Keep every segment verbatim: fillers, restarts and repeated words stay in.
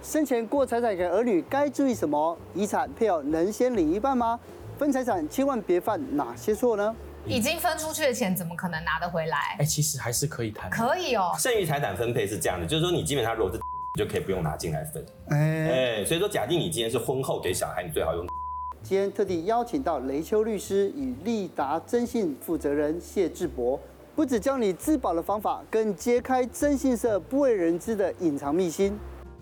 生前过财产给儿女该注意什么？遗产配偶能先领一半吗？分财产千万别犯哪些错呢？ 已经分出去的钱怎么可能拿得回来？ 哎，其实还是可以谈。 可以哦。 剩余财产分配是这样的，就是说你基本上如果是就可以不用拿进来分。哎、欸，所以说假定你今天是婚后给小孩，你最好用。 今天特地邀请到雷丘律师与利达征信负责人谢志博，不只教你自保的方法，更揭开征信社不为人知的隐藏秘辛。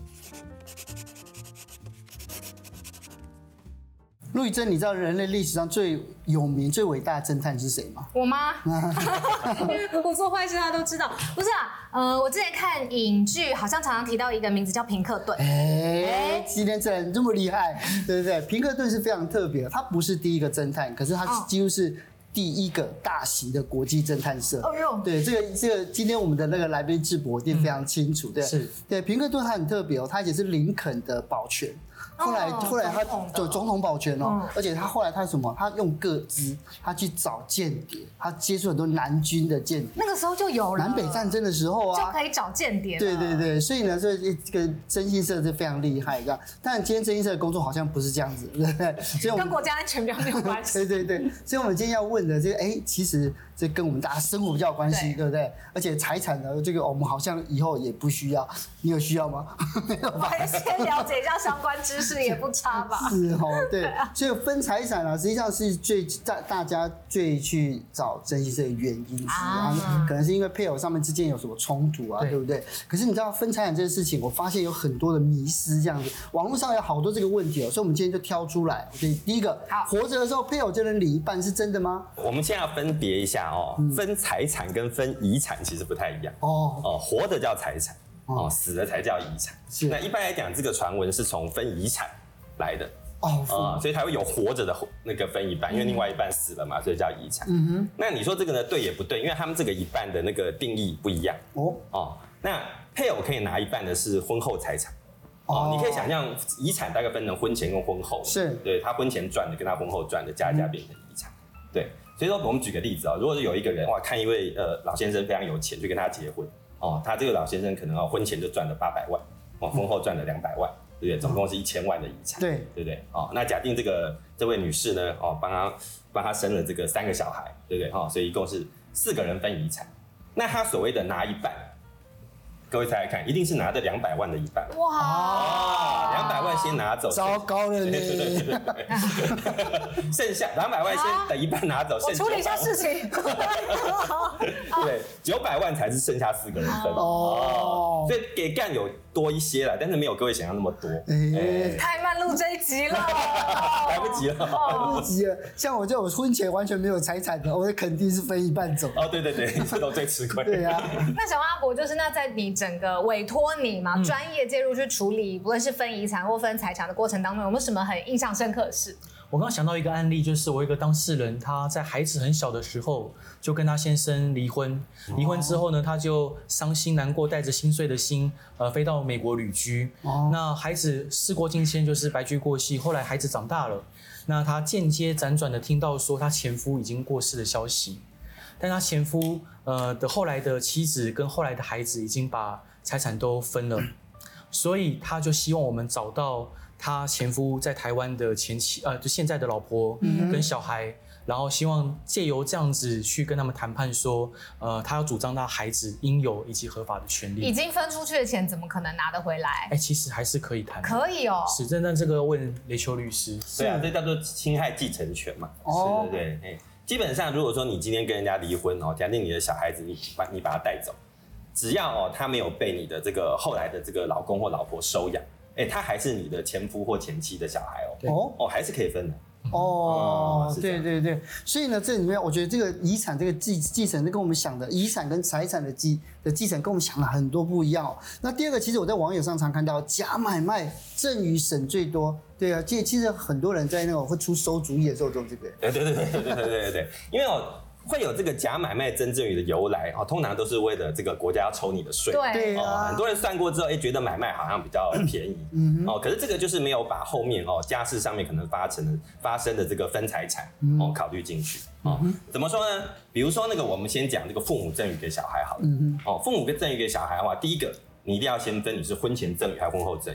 陆怡真，你知道人类历史上最有名、最伟大的侦探是谁吗？ 我妈。我做坏事他都知道。不是啊，呃，我之前看影剧，好像常常提到一个名字叫平克顿。 哎，今天这人这么厉害，对不对？平克顿是非常特别的，他不是第一个侦探，可是他几乎是第一个大型的国际侦探社。哦哟，对，这个这个，今天我们的那个来宾智博一定非常清楚，对， 是， 对，平克顿他很特别哦，他也是林肯的保全。后来，哦、后来他有总统保全哦，嗯、而且他后来他什么？他用个资，他去找间谍，他接触很多南军的间谍。 那个时候就有了。南北战争的时候啊， 就可以找间谍。 对对对，所以呢，所以这个征信社是非常厉害，这样。但今天征信社的工作好像不是这样子，对不对？所以我们跟国家安全比较没有关系。 对对对，所以我们今天要问的这个，哎，其实这跟我们大家生活比较有关系， 对, 对不对？而且财产呢，这个我们好像以后也不需要，你有需要吗？ 我还先了解一下相关知识也不差吧。 是哦，对，所以分财产啊，实际上是最大大家最去找征信社的原因之一啊，可能是因为配偶上面之间有什么冲突啊， 对, 对不对？可是你知道分财产这件事情，我发现有很多的迷思，这样子，网络上有好多这个问题哦，所以我们今天就挑出来。OK， 第一个，活着的时候配偶就能领一半，是真的吗？ 我们现在要分别一下哦，嗯、分财产跟分遗产其实不太一样哦。哦，活的叫财产，哦，死了才叫遗产。是，那一般来讲，这个传闻是从分遗产来的哦、呃，所以才会有活着的那个分一半，因为另外一半死了嘛，所以叫遗产。嗯哼，那你说这个呢，对也不对？因为他们这个一半的那个定义不一样哦哦。那配偶可以拿一半的是婚后财产哦，你可以想象遗产大概分成婚前跟婚后， 是对他婚前赚的跟他婚后赚的加一加变成遗产，对。所以说我们举个例子啊、哦，如果是有一个人哇，看一位呃老先生非常有钱，就跟他结婚哦，他这个老先生可能哦婚前就赚了八百万，哦婚后赚了两百万。对不对？总共是一千万的遗产， 对对不对？哦，那假定这个这位女士呢，哦，帮她帮她生了这个三个小孩，对不对？哦，所以一共是四个人分遗产。那她所谓的拿一半，各位猜猜看，一定是拿着两百万的一半。哇！哦，两百万先拿走， 糟糕了呢！ 对对对对对，剩下两百万先的一半拿走， 我处理一下事情。 对，九百万才是剩下四个人分哦，所以给干有多一些啦，但是没有各位想象那么多。 欸、太慢录这一集了， 来不及了， 来不及了。像我这种婚前完全没有财产的，我肯定是分一半走。 哦，对对对，这都最吃亏。 对啊。 那小阿伯就是那在你整个委托你嘛，专、嗯、业介入去处理，不论是分遗产或分财产的过程当中，有没有什么很印象深刻的事？ 我刚刚想到一个案例，就是我一个当事人，他在孩子很小的时候就跟他先生离婚，离婚之后呢，他就伤心难过，带着心碎的心，呃，飞到美国旅居。哦、那孩子事过境迁，就是白驹过隙。后来孩子长大了，那他间接辗转的听到说他前夫已经过世的消息，但他前夫呃的后来的妻子跟后来的孩子已经把财产都分了，所以他就希望我们找到他前夫在台湾的前妻，呃，就现在的老婆跟小孩，嗯、然后希望借由这样子去跟他们谈判说，呃，他要主张他孩子应有以及合法的权利。 已经分出去的钱怎么可能拿得回来？ 哎、欸，其实还是可以谈的。 可以哦。 是，但这个问雷丘律师。 对啊，这叫做侵害继承权嘛。哦，对对对。基本上，如果说你今天跟人家离婚哦，假定你的小孩子你把你把他带走，只要哦他没有被你的这个后来的这个老公或老婆收养。哎、欸，他还是你的前夫或前妻的小孩哦，哦哦，还是可以分的。 哦，哦对对对，所以呢，这里面我觉得这个遗产这个继继承，跟我们想的遗产跟财产的继的继承，跟我们想的很多不一样哦。那第二个，其实我在网友上常看到假买卖赠与审最多，对啊，其实很多人在那种会出馊主意的时候都这个。 对对对对对对对对，因为哦。会有这个假买卖真赠与的由来啊、哦，通常都是为了这个国家要抽你的税。 对啊、哦，很多人算过之后，哎，觉得买卖好像比较便宜。嗯哦，可是这个就是没有把后面哦家事上面可能发生的发生的这个分财产哦考虑进去。哦，怎么说呢？比如说那个，我们先讲这个父母赠与给小孩好了。嗯哦，父母跟赠与给小孩的话，第一个你一定要先分你是婚前赠与还是婚后赠与。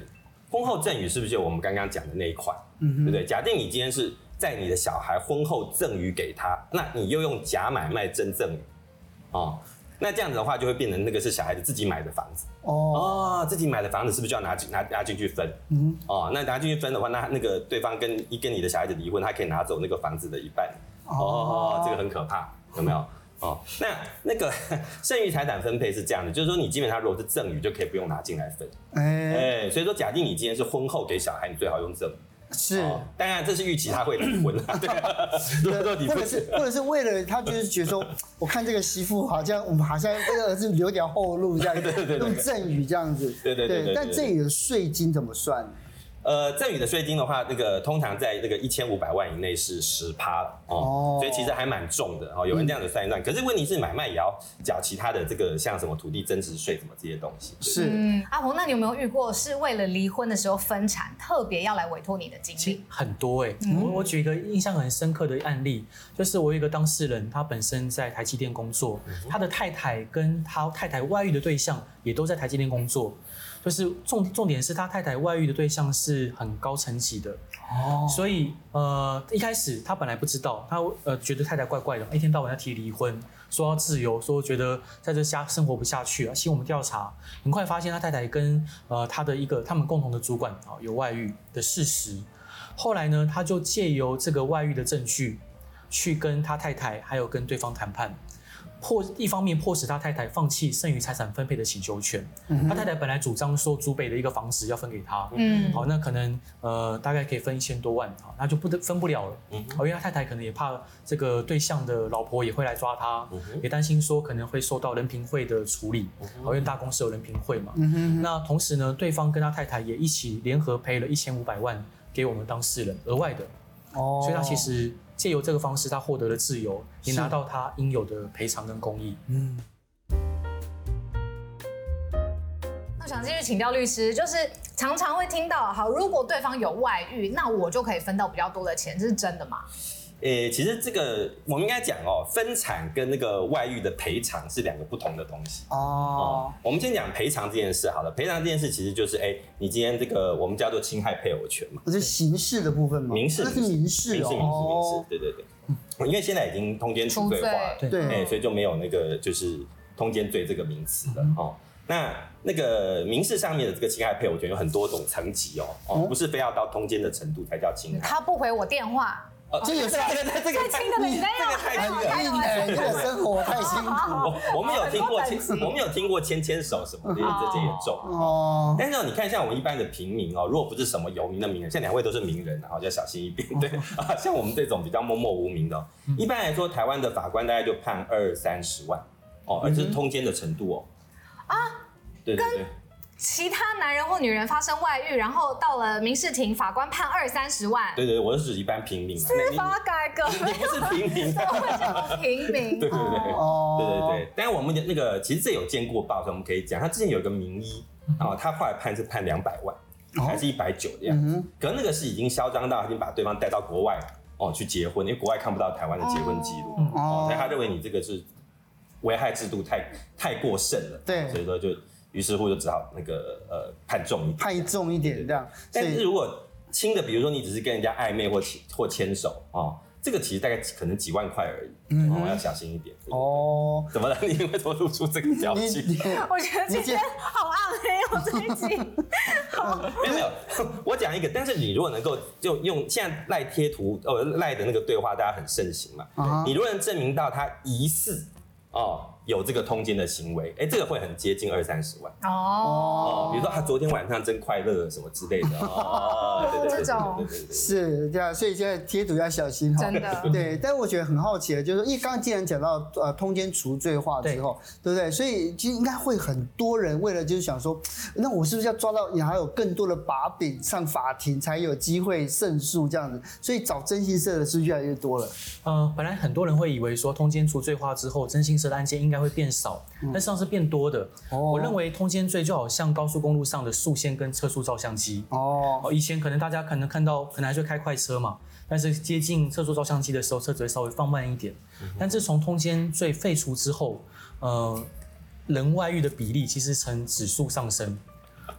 婚后赠与是不是就我们刚刚讲的那一块， 嗯、 对不对？假定你今天是在你的小孩婚后赠与给他，那你又用假买卖真赠与，哦，那这样子的话就会变成那个是小孩子自己买的房子，哦，哦自己买的房子是不是就要拿拿拿进去分？嗯，哦，那拿进去分的话，那那个对方跟一跟你的小孩子离婚，他可以拿走那个房子的一半，哦，哦这个很可怕，有没有？哦，那那个剩余财产分配是这样的，就是说你基本上如果是赠与，就可以不用拿进来分。哎、欸欸，所以说假定你今天是婚后给小孩，你最好用赠与。 是、 哦，当然这是预期他会离婚啊，对啊， 对，或者是或者是为了他就是觉得说，我看这个媳妇好像我们好像为了儿子留条后路这样子，对对对对用赠与这样子， 对对 对, 对, 对, 对, 对, 对。 但这里的税金怎么算？ 呃，赠与的税金的话，那个通常在那个一千五百万以内是十趴哦，所以其实还蛮重的哦。有人这样子算一算，嗯、可是问题是买卖也要缴其他的这个像什么土地增值税什么这些东西。 是， 嗯，阿红，那你有没有遇过是为了离婚的时候分产，特别要来委托你的经历？ 很多哎、欸嗯，我我举一个印象很深刻的案例，就是我有一个当事人，他本身在台积电工作，嗯、他的太太跟他太太外遇的对象也都在台积电工作。就是重重点是他太太外遇的对象是很高层级的，哦，所以呃一开始他本来不知道，他呃觉得太太怪怪的，一天到晚要提离婚，说要自由，说觉得在这家生活不下去啊，请我们调查，很快发现他太太跟呃他的一个他们共同的主管啊有外遇的事实，后来呢他就借由这个外遇的证据，去跟他太太还有跟对方谈判。迫一方面迫使他太太放弃剩余财产分配的请求权，嗯、他太太本来主张说竹北的一个房子要分给他，嗯，好，那可能呃大概可以分一千多万，好，那就不得分不了了，嗯，好，因为他太太可能也怕这个对象的老婆也会来抓他，嗯、也担心说可能会受到人评会的处理，嗯、因为大公司有人评会嘛，嗯，那同时呢，对方跟他太太也一起联合赔了一千五百万给我们当事人额外的，哦，所以他其实。借由这个方式，他获得了自由，也拿到他应有的赔偿跟公益。嗯。 那我想继续请教律师，就是常常会听到，好，如果对方有外遇，那我就可以分到比较多的钱，这是真的吗？ 诶、欸，其实这个我们应该讲哦，分产跟那个外遇的赔偿是两个不同的东西哦、哦。我们先讲赔偿这件事好了，赔偿这件事其实就是哎、欸，你今天这个我们叫做侵害配偶权嘛， 这是刑事的部分吗？ 民事， 那是民事哦， 民事，民事，民事，对对对。因为现在已经通奸除罪化了， 对， 哎、欸，所以就没有那个就是通奸罪这个名词了、嗯、哦。那那个民事上面的这个侵害配偶权有很多种层级哦，哦，不是非要到通奸的程度才叫侵害。 他不回我电话。 哦，这个是这个最亲的你没有， 太亲了，这个生活太辛苦。 我我们有听过牵，我们有听过牵牵手什么的，这些也重哦。但是你看，像我们一般的平民哦，如果不是什么有名的名人，像两位都是名人，然后就要小心一点。对啊，像我们这种比较默默无名的，一般来说，台湾的法官大概就判二三十万哦，而这是通奸的程度哦。啊，对对对。 其他男人或女人发生外遇，然后到了民事庭，法官判二三十万。 对对，我是指一般平民。 司法改革， 你不是平民， 怎么会叫平民？ 对对对，哦，对对对。但是我们的那个其实这有见过报，所以我们可以讲，他之前有一个名医啊，他后来判是判两百万，还是一百九的样子。可是那个是已经嚣张到已经把对方带到国外哦去结婚，因为国外看不到台湾的结婚记录哦，所以他认为你这个是危害制度太太过甚了， 对， 所以说就。于是乎就只好那个呃判重一点， 判重一点这样。 但是如果轻的，比如说你只是跟人家暧昧或或牵手哦，这个其实大概可能几万块而已，嗯、哦，要小心一点。哦，怎么了？你为什么露出这个表情？ 我觉得今天好暗黑哦，这一集。 没有没有，我讲一个，但是你如果能够就用现在赖贴图呃赖的那个对话，大家很盛行嘛。Uh-huh. 你如果能证明到他疑似哦。有这个通奸的行为，哎、欸，这个会很接近二三十万哦。哦，比如说他昨天晚上真快乐什么之类的哦，对对对对对对， 是这样，所以现在贴图要小心哈。 真的， 对。但是我觉得很好奇的，就是说，因为刚刚既然讲到呃通奸除罪化之后， 对, 对不对？所以其实应该会很多人为了就是想说，那我是不是要抓到，也还有更多的把柄上法庭才有机会胜诉这样子？所以找征信社的是越来越多了。 呃，本来很多人会以为说通奸除罪化之后，征信社的案件应该会变少，但实际上是变多的。哦、我认为通奸罪就好像高速公路上的速限跟测速照相机。哦，以前可能大家可能看到，可能还是会开快车嘛，但是接近测速照相机的时候，车子会稍微放慢一点。嗯、但自从通奸罪废除之后，呃，人外遇的比例其实呈指数上升。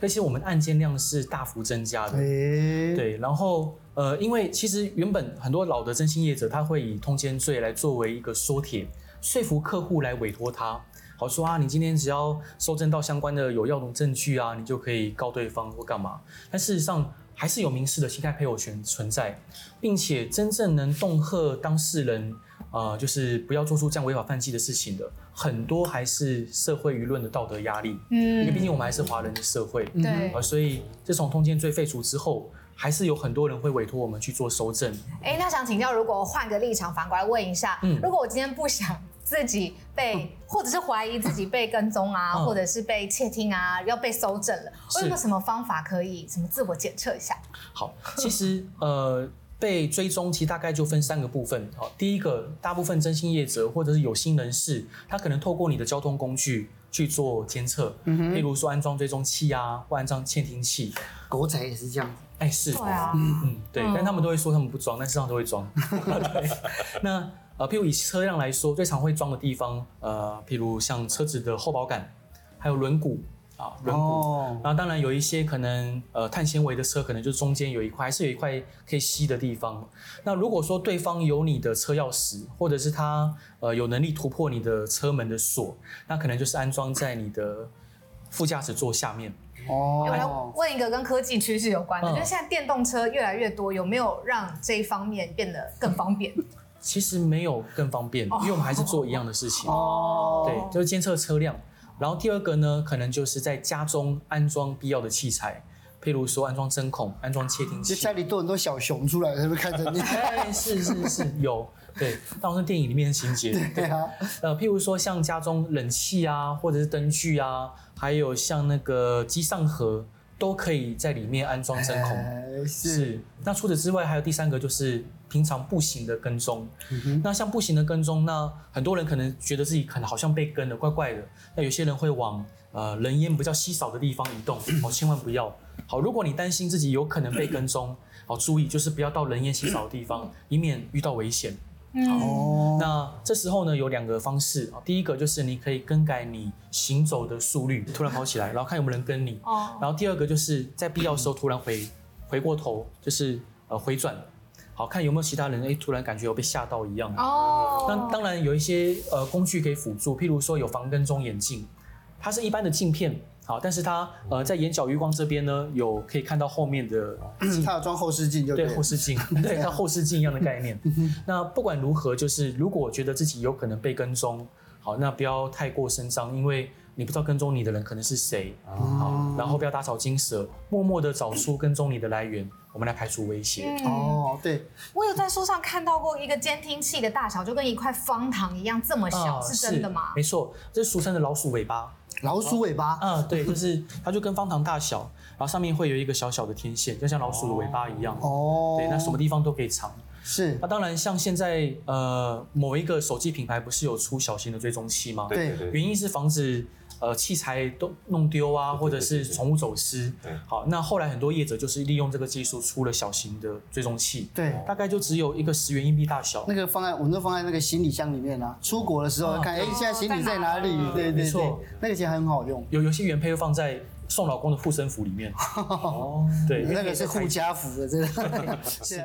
而且我们案件量是大幅增加的。 欸、 对，然后呃，因为其实原本很多老的征信业者，他会以通奸罪来作为一个说帖，说服客户来委托他。好说啊，你今天只要收证到相关的有要的证据啊，你就可以告对方或干嘛。但事实上还是有民事的侵害配偶权存在，并且真正能恫吓当事人，呃，就是不要做出这样违法犯纪的事情的，很多还是社会舆论的道德压力。嗯，因为毕竟我们还是华人的社会， 对、 呃，所以自从通奸罪废除之后，还是有很多人会委托我们去做搜证。 哎，那想请教，如果换个立场反过来问一下，嗯、如果我今天不想自己被，嗯、或者是怀疑自己被跟踪啊，嗯、或者是被窃听啊，要被搜证了，我有没有什么方法可以什么自我检测一下？ 好，其实呃。被追踪其实大概就分三个部分。好，第一个，大部分征信业者或者是有心人士，他可能透过你的交通工具去做监测，嗯、譬如说安装追踪器啊，或安装窃听器。 狗仔也是这样子。 哎、欸，是。 对啊。 嗯，对，嗯、但他们都会说他们不装，但事实上都会装。对。那呃，譬如以车辆来说，最常会装的地方，呃，譬如像车子的后保杆，还有轮毂。啊，轮毂，哦、然后当然有一些可能呃碳纤维的车，可能就中间有一块，还是有一块可以吸的地方。那如果说对方有你的车钥匙，或者是他呃有能力突破你的车门的锁，那可能就是安装在你的副驾驶座下面。 哦，我来问一个跟科技趋势有关的，嗯、就是现在电动车越来越多，有没有让这一方面变得更方便？ 其实没有更方便，哦、因为我们还是做一样的事情。哦，对，就是监测车辆。然后第二个呢，可能就是在家中安装必要的器材，譬如说安装针孔、安装窃听器。 就家里多很多小熊出来，是不是看着你？ 哎，是是是，有，对，当然是电影里面的情节。 对啊， 呃，譬如说像家中冷气啊，或者是灯具啊，还有像那个机上盒，都可以在里面安装针孔。 哎、是, 是。那除此之外，还有第三个就是平常步行的跟踪。嗯、那像步行的跟踪，那很多人可能觉得自己可能好像被跟了，怪怪的。那有些人会往呃人烟比较稀少的地方移动，好，千万不要。好，如果你担心自己有可能被跟踪，好，注意就是不要到人烟稀少的地方，以免遇到危险。好，那这时候呢有两个方式，第一个就是你可以更改你行走的速率，突然跑起来，然后看有没有人跟你。哦。然后第二个就是在必要的时候突然回回过头，就是呃回转，好，看有没有其他人哎突然感觉有被吓到一样。哦。那当然有一些呃工具可以辅助，譬如说有防跟踪眼镜，它是一般的镜片。好，但是它呃在眼角余光这边呢，有可以看到后面的镜， 它有装后视镜就对，对后视镜，对，它后视镜一样的概念。那不管如何，就是如果觉得自己有可能被跟踪，好，那不要太过声张，因为你不知道跟踪你的人可能是谁，哦、好，然后不要打草惊蛇，默默的找出跟踪你的来源，我们来排除威胁。 嗯、哦，对， 我有在书上看到过一个监听器的大小就跟一块方糖一样这么小，呃、是真的吗？ 没错，这是俗称的老鼠尾巴。 老鼠尾巴， 嗯、呃，对，就是它就跟方糖大小，然后上面会有一个小小的天线，就像老鼠的尾巴一样。哦，对，那什么地方都可以藏。 是， 那当然，像现在呃某一个手机品牌不是有出小型的追踪器吗？ 对， 原因是防止呃器材都弄丢啊，或者是宠物走失。对，好，那后来很多业者就是利用这个技术出了小型的追踪器。 对， 大概就只有一个十元硬币大小。 那个放在我们都放在那个行李箱里面啊，出国的时候看，哎、哦，现在行李在哪里？哦、对对对，那个其实很好用。 有有些原配会放在送老公的护身符里面。哦，对， 那个是护家符的，真的。是。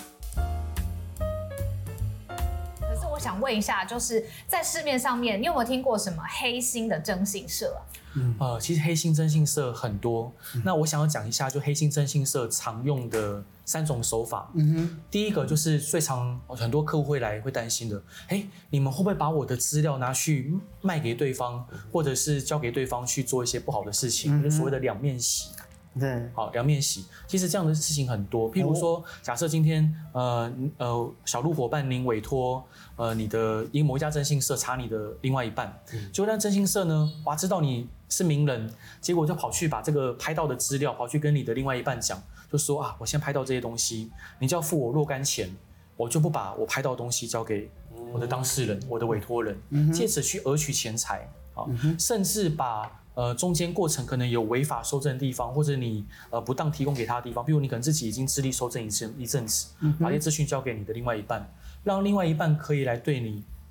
我想问一下，就是在市面上面，你有没有听过什么黑心的征信社啊？ 嗯，呃，其实黑心征信社很多。嗯、那我想要讲一下，就黑心征信社常用的三种手法。嗯哼，第一个就是最常很多客户会来会担心的，哎，你们会不会把我的资料拿去卖给对方，或者是交给对方去做一些不好的事情，嗯、就所谓的两面洗。 对， 好，两面洗。其实这样的事情很多，譬如说，假设今天呃呃小鹿伙伴您委托呃你的一某一家征信社查你的另外一半，嗯、结果那征信社呢，哇，知道你是名人，结果就跑去把这个拍到的资料跑去跟你的另外一半讲，就说啊，我先拍到这些东西，你就要付我若干钱，我就不把我拍到的东西交给我的当事人、嗯、我的委托人，嗯、借此去讹取钱财，啊，嗯、甚至把呃，中间过程可能有违法收证的地方，或者你呃不当提供给他的地方，比如你可能自己已经自力收证一阵一阵子，把这些资讯交给你的另外一半，让另外一半可以来对你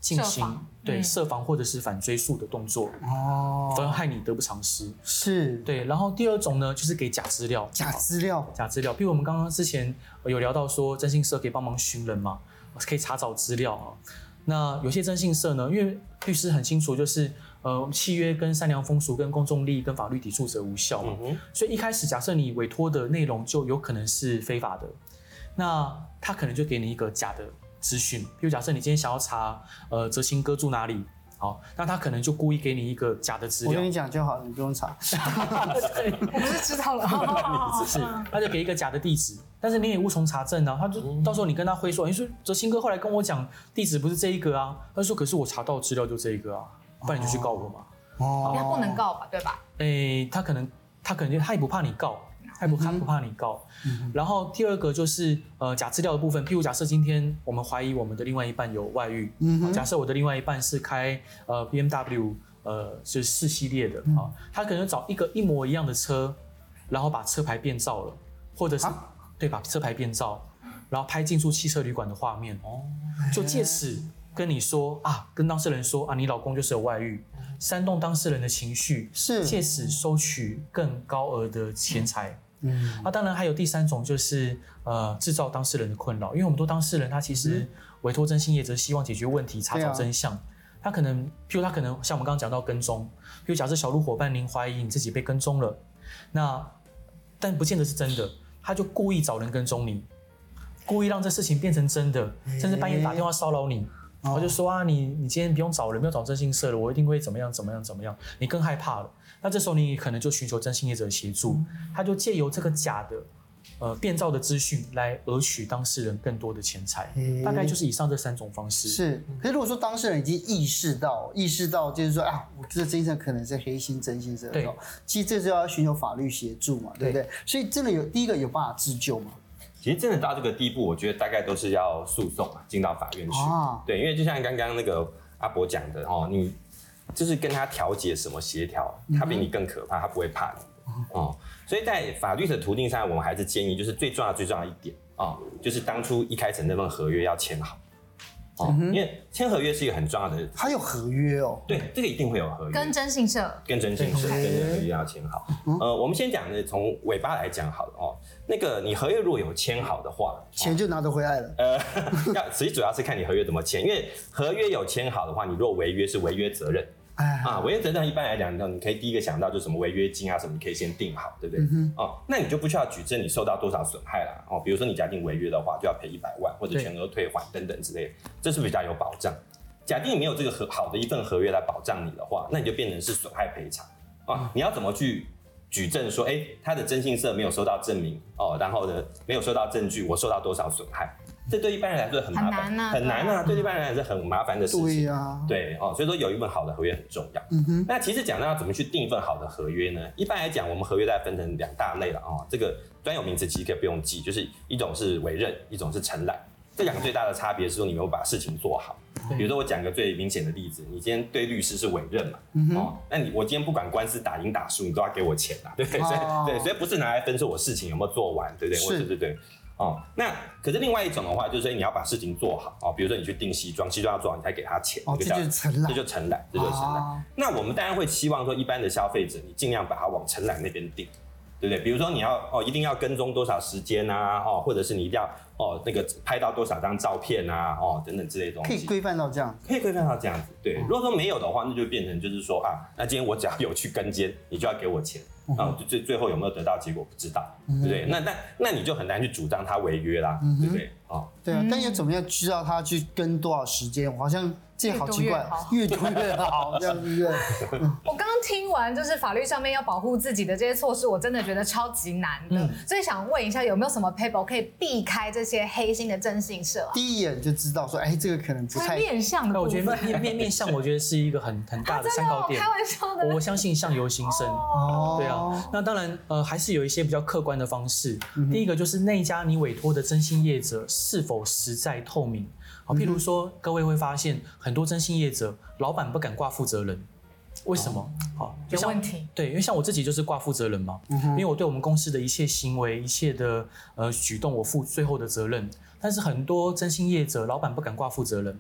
进行对设防或者是反追溯的动作，哦，否则害你得不偿失。 是， 对。然后第二种呢，就是给假资料。 假资料， 假资料，比如我们刚刚之前有聊到说，征信社可以帮忙寻人嘛，可以查找资料啊。那有些征信社呢，因为律师很清楚，就是呃契约跟善良风俗、跟公众利益、跟法律抵触则无效嘛，嗯、所以一开始假设你委托的内容就有可能是非法的，那他可能就给你一个假的资讯，比如假设你今天想要查呃哲兴哥住哪里，好，那他可能就故意给你一个假的资料。 我跟你讲就好了，你不用查。 我不是知道了， 是，他就给一个假的地址，但是你也无从查证啊。他就到时候你跟他挥说，你说哲兴哥后来跟我讲地址不是这一个啊，他说可是我查到资料就这一个啊，不然你就去告我嘛。 哦，他不能告吧，对吧？ 诶，他可能他可能他也不怕你告。他不怕不怕你告，嗯、然后第二个就是呃假资料的部分，譬如假设今天我们怀疑我们的另外一半有外遇，嗯、假设我的另外一半是开呃 B M W 呃就是四系列的啊、嗯，他可能找一个一模一样的车，然后把车牌变造了，或者是、啊、对把车牌变造，然后拍进出汽车旅馆的画面，哦，就借此跟你说啊，跟当事人说啊，你老公就是有外遇。煽动当事人的情绪， 是借此收取更高额的钱财。嗯，啊，当然还有第三种就是呃制造当事人的困扰，因为我们多当事人他其实委托征信业者希望解决问题、查找真相，啊、他可能，譬如他可能像我们刚刚讲到跟踪，譬如假设小鹿伙伴您怀疑你自己被跟踪了，那但不见得是真的，他就故意找人跟踪你，故意让这事情变成真的，甚至半夜打电话骚扰你。我就说啊，你你今天不用找人，不用找征信社了，我一定会怎么样怎么样怎么样，你更害怕了。那这时候你可能就寻求征信业者的协助，他就借由这个假的、呃变造的资讯来讹取当事人更多的钱财，大概就是以上这三种方式。 是，可是如果说当事人已经意识到，意识到就是说啊，我这个征信社可能是黑心征信社的时候，其实这就要寻求法律协助嘛，对不对？所以真的有第一个有办法自救吗？ 其实真的到这个地步，我觉得大概都是要诉讼啊，进到法院去。啊、对，因为就像刚刚那个阿伯讲的哦，你就是跟他调解什么协调，他比你更可怕，他不会怕你哦。所以在法律的途径上，我们还是建议，就是最重要最重要一点啊、哦，就是当初一开始那份合约要签好。哦，因为签合约是一个很重要的， 它有合约哦。 对，这个一定会有合约， 跟征信社， 跟征信社，跟合约要签好。呃，我们先讲呢，从尾巴来讲好了哦。那个你合约如果有签好的话， 钱就拿得回来了。 呃，要其实主要是看你合约怎么签，因为合约有签好的话，你如果违约是违约责任。啊，违约责任一般来讲，你可以第一个想到就是什么违约金啊什么，你可以先定好，对不对？嗯、哦，那你就不需要举证你受到多少损害啦。哦，比如说你假定违约的话，就要赔一百万或者全额退还等等之类的，这是比较有保障。假定你没有这个合好的一份合约来保障你的话，那你就变成是损害赔偿啊。嗯、你要怎么去举证说，哎，他的征信社没有收到证明哦，然后呢没有收到证据，我受到多少损害？这对一般人来说很麻烦， 很难啊， 很难啊，对一般人来说很麻烦的事情。 对啊， 对哦，所以说有一份好的合约很重要。嗯哼，那其实讲到要怎么去定一份好的合约呢？一般来讲，我们合约大概分成两大类了哦。这个专有名词其实可以不用记，就是一种是委任，一种是承揽。这两个最大的差别是说你有没有把事情做好。比如说我讲个最明显的例子，你今天对律师是委任嘛，嗯、哦，那你我今天不管官司打赢打输，你都要给我钱啦，对不对？哦、所以对，所以不是拿来分说我事情有没有做完，对不对？ 是， 对对对。哦，那可是另外一种的话，就是你要把事情做好哦。比如说你去订西装，西装要做好，你才给他钱， 哦，这就是承揽， 这就承揽，这就是承揽。啊、那我们当然会期望说，一般的消费者，你尽量把它往承揽那边定，对不对？比如说你要哦，一定要跟踪多少时间啊，哦，或者是你一定要哦那个拍到多少张照片啊，哦等等之类的东西， 可以规范到这样， 可以规范到这样子。对，如果说没有的话，那就变成就是说啊，那今天我只要有去跟监，你就要给我钱。啊，最最后有没有得到结果不知道，嗯、对不对？那那那你就很难去主张他违约啦，嗯、对不对？哦， 对啊，但又怎么样知道他去跟多少时间？我好像这好奇怪，越多越好，这样子对。 我刚刚听完，就是法律上面要保护自己的这些措施，我真的觉得超级难的，嗯、所以想问一下，有没有什么 paper 可以避开这些黑心的征信社、啊？ 第一眼就知道说，哎，这个可能不太面向的。 我觉得面面面向，我觉得是一个很很大的参考点。 开玩笑的， 我相信相由心生，哦、对啊。那当然，呃，还是有一些比较客观的方式。嗯、第一个就是那一家你委托的征信业者是否实在透明。好，譬如说，嗯、各位会发现很多征信业者，老板不敢挂负责人，为什么？好、哦， 有问题。 对，因为像我自己就是挂负责人嘛，嗯、因为我对我们公司的一切行为、一切的呃举动，我负最后的责任。但是很多征信业者，老板不敢挂负责人，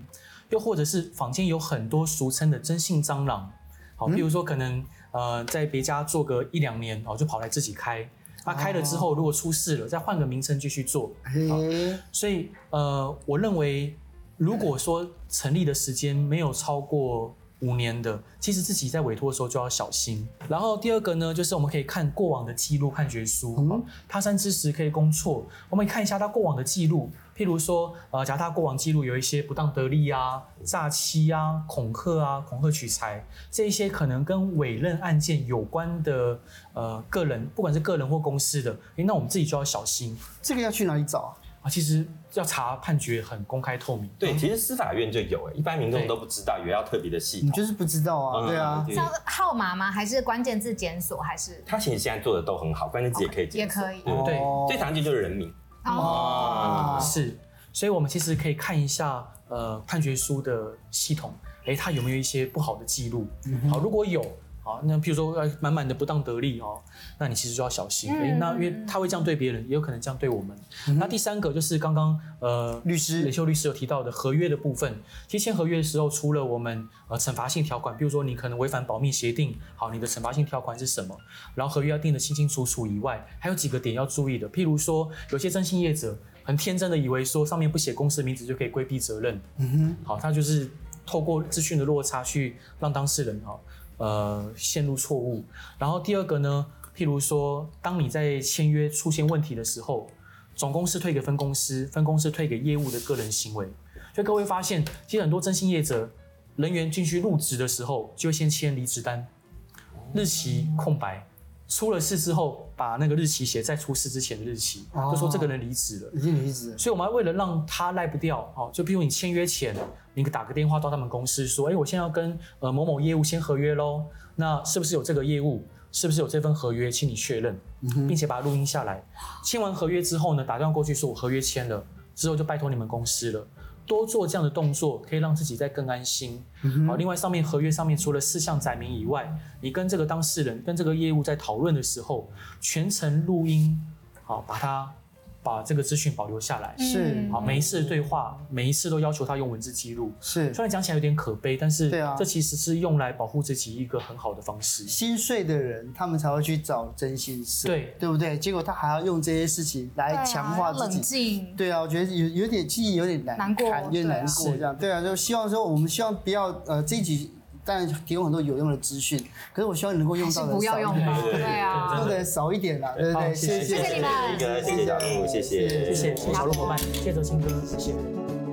又或者是坊间有很多俗称的征信蟑螂，好，比如说可能呃在别家做个一两年，哦就跑来自己开，他、啊、开了之后如果出事了，再换个名称继续做，所以呃我认为如果说成立的时间没有超过五年的，其实自己在委托的时候就要小心。然后第二个呢，就是我们可以看过往的记录判决书，嗯、他山之石可以攻错，我们可以看一下他过往的记录，譬如说，呃，假如他过往记录有一些不当得利啊、诈欺啊、恐吓啊、恐吓取财，这一些可能跟委任案件有关的呃个人，不管是个人或公司的，那我们自己就要小心。 这个要去哪里找啊？ 啊，其实要查判决很公开透明。 对，其实司法院就有，一般民众都不知道，以为要特别的系统。 你就是不知道啊，嗯、对啊。 像号码吗？还是关键字检索？还是？ 他其实现在做的都很好，关键字也可以检索。 也可以。 对对， 最常见就是人名。 哦，是。所以我们其实可以看一下呃判决书的系统，哎，它有没有一些不好的记录？嗯、好，如果有。好，那譬如说呃满满的不当得利哦，那你其实就要小心。哎、嗯，那因为他会这样对别人，也有可能这样对我们。嗯、那第三个就是刚刚呃律师磊秀律师有提到的合约的部分。其实签合约的时候，除了我们呃惩罚性条款，比如说你可能违反保密协定，好，你的惩罚性条款是什么？然后合约要定得清清楚楚以外，还有几个点要注意的，譬如说有些征信业者很天真的以为说上面不写公司名字就可以规避责任。嗯哼，好，他就是透过资讯的落差去让当事人哈。呃，陷入错误。然后第二个呢，譬如说，当你在签约出现问题的时候，总公司退给分公司，分公司退给业务的个人行为。所以各位发现，其实很多征信业者人员进去入职的时候，就会先签离职单，日期空白。出了事之后，把那个日期写在出事之前的日期，哦、就说这个人离职了， 已经离职了。 所以我们为了让他赖不掉，哦，就比如你签约前，你打个电话到他们公司说，哎，我现在要跟呃某某业务签合约咯，那是不是有这个业务？是不是有这份合约？请你确认，嗯、并且把它录音下来。签完合约之后呢，打电话过去说我合约签了，之后就拜托你们公司了。多做这样的动作，可以让自己再更安心。嗯、好，另外上面合约上面除了事项载明以外，你跟这个当事人、跟这个业务在讨论的时候，全程录音，好，把它把这个资讯保留下来。 是， 好，每一次的对话，每一次都要求他用文字记录。 是， 虽然讲起来有点可悲，但是对啊， 这其实是用来保护自己一个很好的方式。 心碎的人，他们才会去找征信社， 对对不对？结果他还要用这些事情来强化自己。 冷静。 对啊，我觉得有有点，其实有点难难过， 有点难过这样。对啊，就希望说，我们希望不要呃这一集。当然提供很多有用的资讯，可是我希望你能够用到的不要用吧，对啊， 用的少一点啦，对不对？ 谢谢你们， 谢谢小鹿，谢谢， 谢谢小鹿伙伴，谢谢哲青哥，谢谢。